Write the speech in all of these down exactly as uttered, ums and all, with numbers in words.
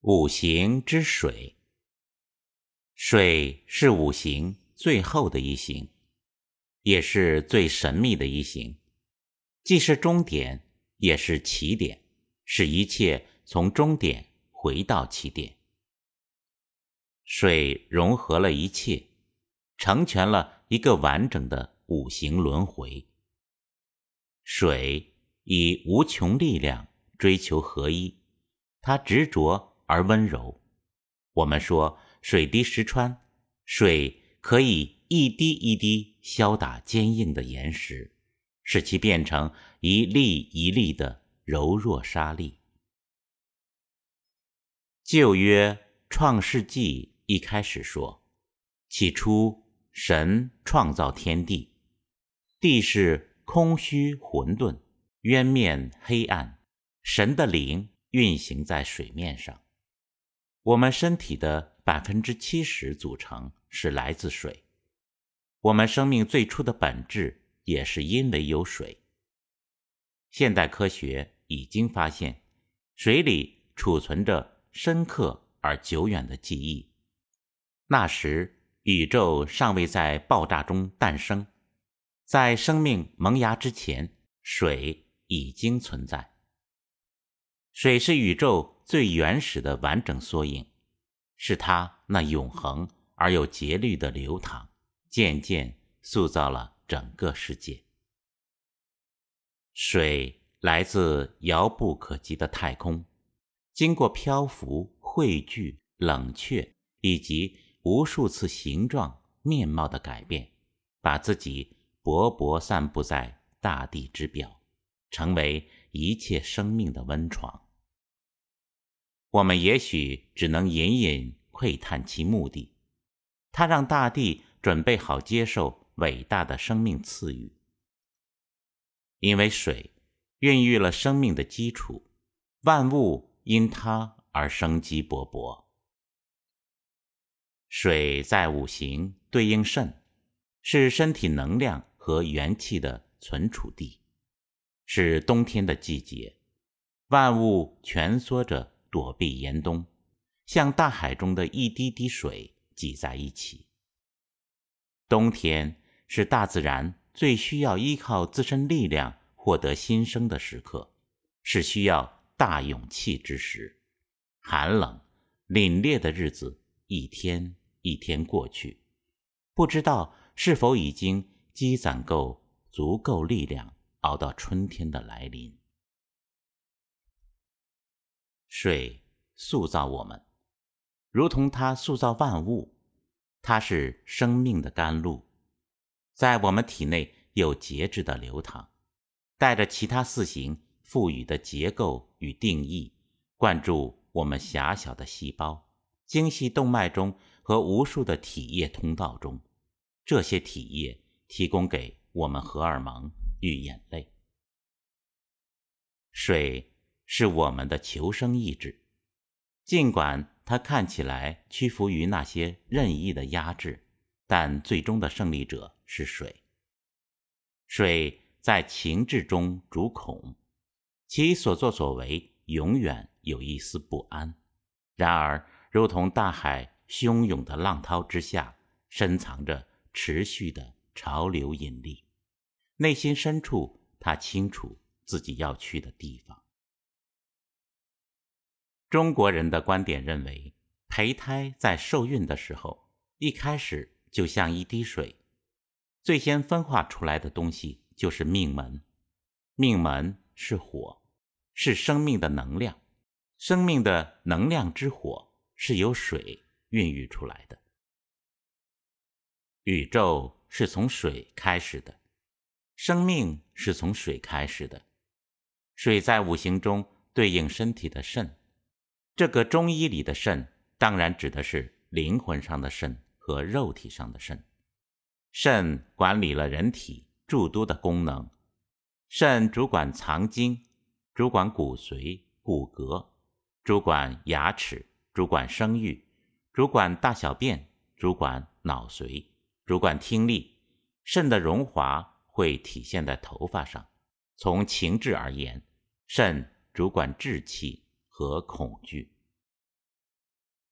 五行之水。水是五行最后的一行，也是最神秘的一行，既是终点，也是起点，使一切从终点回到起点。水融合了一切，成全了一个完整的五行轮回。水以无穷力量追求合一，它执着而温柔。我们说水滴石穿，水可以一滴一滴敲打坚硬的岩石，使其变成一粒一粒的柔弱沙粒。旧约创世纪一开始说，起初神创造天地，地是空虚混沌，渊面黑暗，神的灵运行在水面上。我们身体的 百分之七十 组成是来自水，我们生命最初的本质也是因为有水。现代科学已经发现，水里储存着深刻而久远的记忆。那时宇宙尚未在爆炸中诞生，在生命萌芽之前，水已经存在。水是宇宙最原始的完整缩影，是它那永恒而又节律的流淌，渐渐塑造了整个世界。水来自遥不可及的太空，经过漂浮、汇聚、冷却以及无数次形状、面貌的改变，把自己薄薄散布在大地之表，成为一切生命的温床。我们也许只能隐隐窥探其目的，它让大地准备好接受伟大的生命赐予。因为水孕育了生命的基础，万物因它而生机勃勃。水在五行对应肾，是身体能量和元气的存储地，是冬天的季节，万物蜷缩着躲避严冬，像大海中的一滴滴水挤在一起。冬天是大自然最需要依靠自身力量获得新生的时刻，是需要大勇气之时。寒冷凛冽的日子一天一天过去，不知道是否已经积攒够足够力量熬到春天的来临。水塑造我们，如同它塑造万物，它是生命的甘露，在我们体内有节制的流淌，带着其他四行赋予的结构与定义，灌注我们狭小的细胞、精细动脉中和无数的体液通道中。这些体液提供给我们荷尔蒙与眼泪。水是我们的求生意志，尽管它看起来屈服于那些任意的压制，但最终的胜利者是水。水在情志中主恐，其所作所为永远有一丝不安，然而如同大海汹涌的浪涛之下，深藏着持续的潮流引力，内心深处他清楚自己要去的地方。中国人的观点认为，胚胎在受孕的时候，一开始就像一滴水，最先分化出来的东西就是命门。命门是火，是生命的能量，生命的能量之火是由水孕育出来的。宇宙是从水开始的，生命是从水开始的。水在五行中对应身体的肾，这个中医里的肾当然指的是灵魂上的肾和肉体上的肾。肾管理了人体诸多的功能，肾主管藏精，主管骨髓、骨骼，主管牙齿，主管生育，主管大小便，主管脑髓，主管听力。肾的荣华会体现在头发上。从情志而言，肾主管志气和恐惧。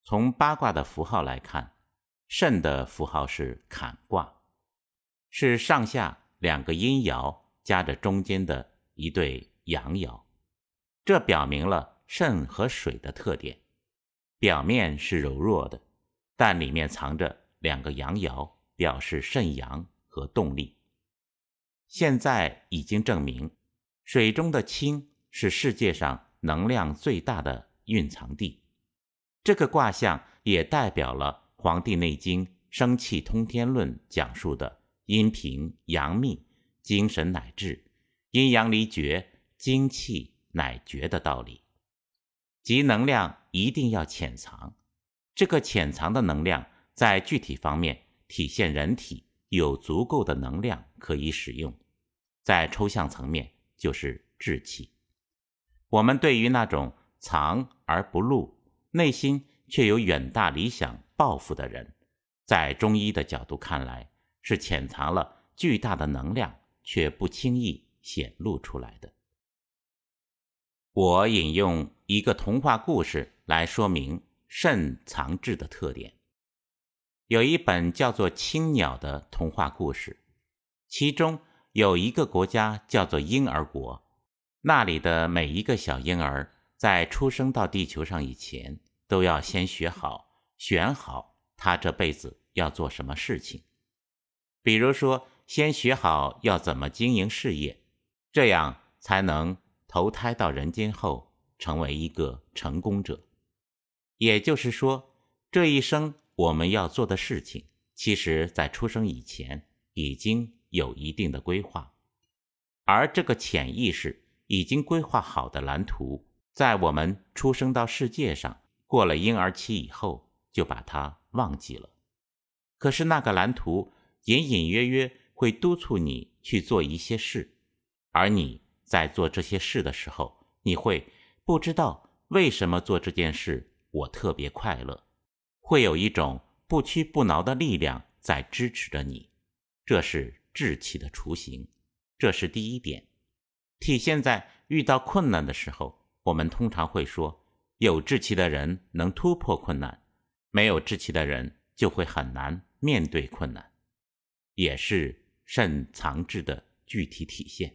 从八卦的符号来看，艮的符号是坎卦，是上下两个阴爻夹着中间的一对阳爻，这表明了艮和水的特点。表面是柔弱的，但里面藏着两个阳爻，表示肾阳和动力。现在已经证明，水中的氢是世界上能量最大的蕴藏地。这个卦象也代表了《黄帝内经·生气通天论》讲述的阴平阳秘，精神乃至，阴阳离绝，精气乃绝的道理。即能量一定要潜藏，这个潜藏的能量在具体方面体现人体有足够的能量可以使用，在抽象层面就是志气。我们对于那种藏而不露，内心却有远大理想抱负的人，在中医的角度看来，是潜藏了巨大的能量，却不轻易显露出来的。我引用一个童话故事来说明肾藏志的特点。有一本叫做《青鸟》的童话故事，其中有一个国家叫做婴儿国，那里的每一个小婴儿在出生到地球上以前，都要先学好、选好他这辈子要做什么事情。比如说，先学好要怎么经营事业，这样才能投胎到人间后成为一个成功者。也就是说，这一生我们要做的事情，其实在出生以前已经有一定的规划，而这个潜意识已经规划好的蓝图，在我们出生到世界上，过了婴儿期以后，就把它忘记了。可是那个蓝图隐隐约约会督促你去做一些事，而你在做这些事的时候，你会不知道为什么做这件事我特别快乐，会有一种不屈不挠的力量在支持着你，这是志气的雏形。这是第一点，体现在遇到困难的时候，我们通常会说，有志气的人能突破困难，没有志气的人就会很难面对困难，也是肾藏志的具体体现。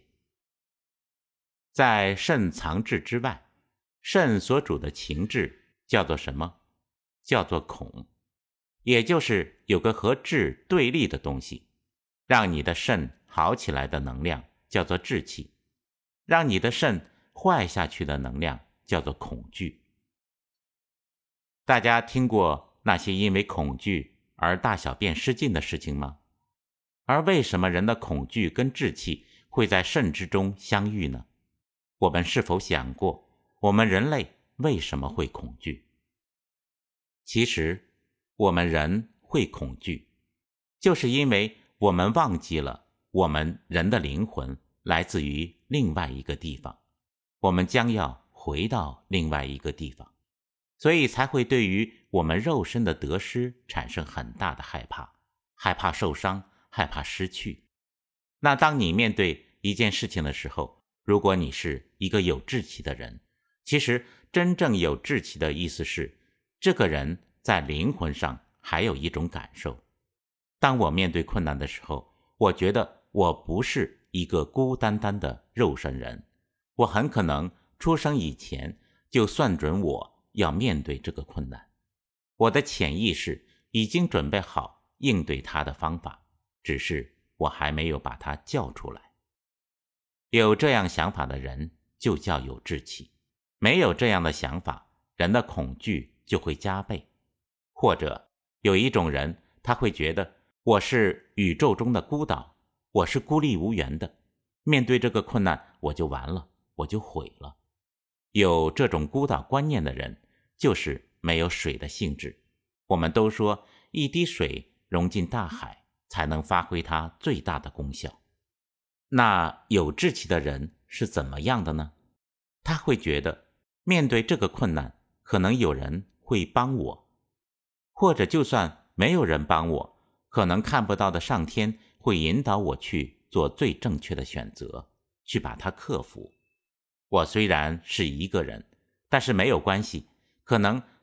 在肾藏志之外，肾所主的情志叫做什么？叫做恐，也就是有个和志对立的东西。让你的肾好起来的能量叫做志气，让你的肾坏下去的能量叫做恐惧。大家听过那些因为恐惧而大小便失禁的事情吗？而为什么人的恐惧跟志气会在肾之中相遇呢？我们是否想过，我们人类为什么会恐惧？其实，我们人会恐惧，就是因为我们忘记了我们人的灵魂来自于另外一个地方，我们将要回到另外一个地方，所以才会对于我们肉身的得失产生很大的害怕，害怕受伤，害怕失去。那当你面对一件事情的时候，如果你是一个有志气的人，其实真正有志气的意思是，这个人在灵魂上还有一种感受。当我面对困难的时候，我觉得我不是一个孤单单的肉身人，我很可能出生以前就算准我要面对这个困难，我的潜意识已经准备好应对它的方法，只是我还没有把它叫出来。有这样想法的人就叫有志气，没有这样的想法，人的恐惧就会加倍。或者有一种人，他会觉得我是宇宙中的孤岛，我是孤立无援的，面对这个困难我就完了，我就毁了。有这种孤岛观念的人，就是没有水的性质。我们都说一滴水融进大海，才能发挥它最大的功效。那有志气的人是怎么样的呢？他会觉得面对这个困难，可能有人会帮我，或者就算没有人帮我，可能看不到的上天会引导我去做最正确的选择，去把它克服。我虽然是一个人，但是没有关系，可能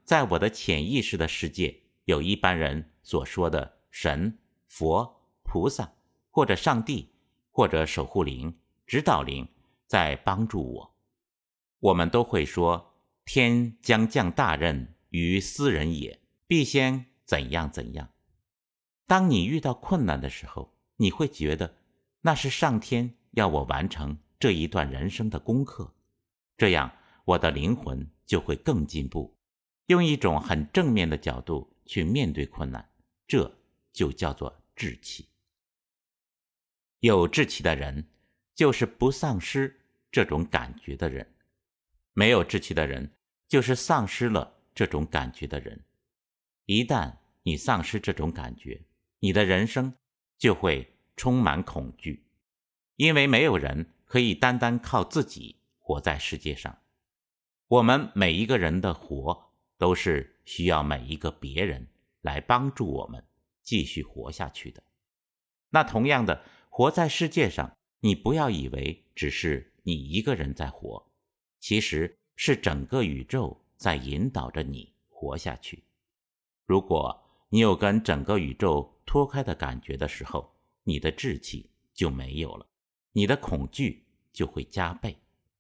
在我的潜意识的世界，有一般人所说的神、佛、菩萨，或者上帝，或者守护灵、指导灵在帮助我。我们都会说，天将降大任于斯人也，必先怎样怎样。当你遇到困难的时候，你会觉得那是上天要我完成这一段人生的功课，这样我的灵魂就会更进步，用一种很正面的角度去面对困难，这就叫做志气。有志气的人就是不丧失这种感觉的人，没有志气的人就是丧失了这种感觉的人。一旦你丧失这种感觉，你的人生就会充满恐惧，因为没有人可以单单靠自己活在世界上。我们每一个人的活都是需要每一个别人来帮助我们继续活下去的。那同样的，活在世界上，你不要以为只是你一个人在活，其实是整个宇宙在引导着你活下去。如果你有跟整个宇宙脱开的感觉的时候，你的志气就没有了，你的恐惧就会加倍。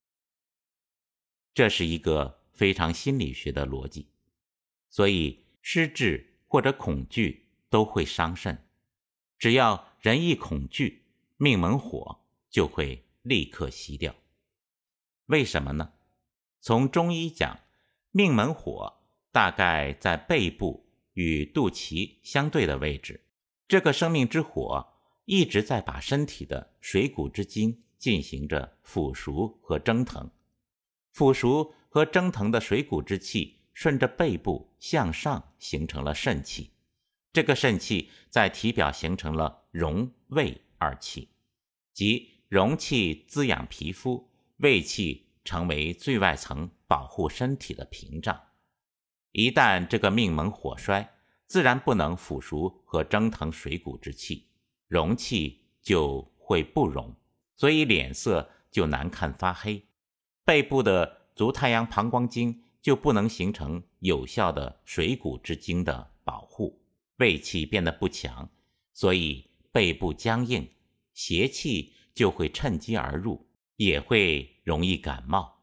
这是一个非常心理学的逻辑，所以失志或者恐惧都会伤肾。只要人一恐惧，命门火就会立刻熄掉。为什么呢？从中医讲，命门火大概在背部与肚脐相对的位置，这个生命之火一直在把身体的水谷之精进行着腐熟和蒸腾。腐熟和蒸腾的水谷之气顺着背部向上形成了肾气，这个肾气在体表形成了荣、胃二气，即荣气滋养皮肤，胃气成为最外层保护身体的屏障。一旦这个命门火衰，自然不能腐熟和蒸腾水谷之气，荣气就会不荣，所以脸色就难看发黑，背部的足太阳膀胱经就不能形成有效的水谷之精的保护，胃气变得不强，所以背部僵硬，邪气就会趁机而入，也会容易感冒。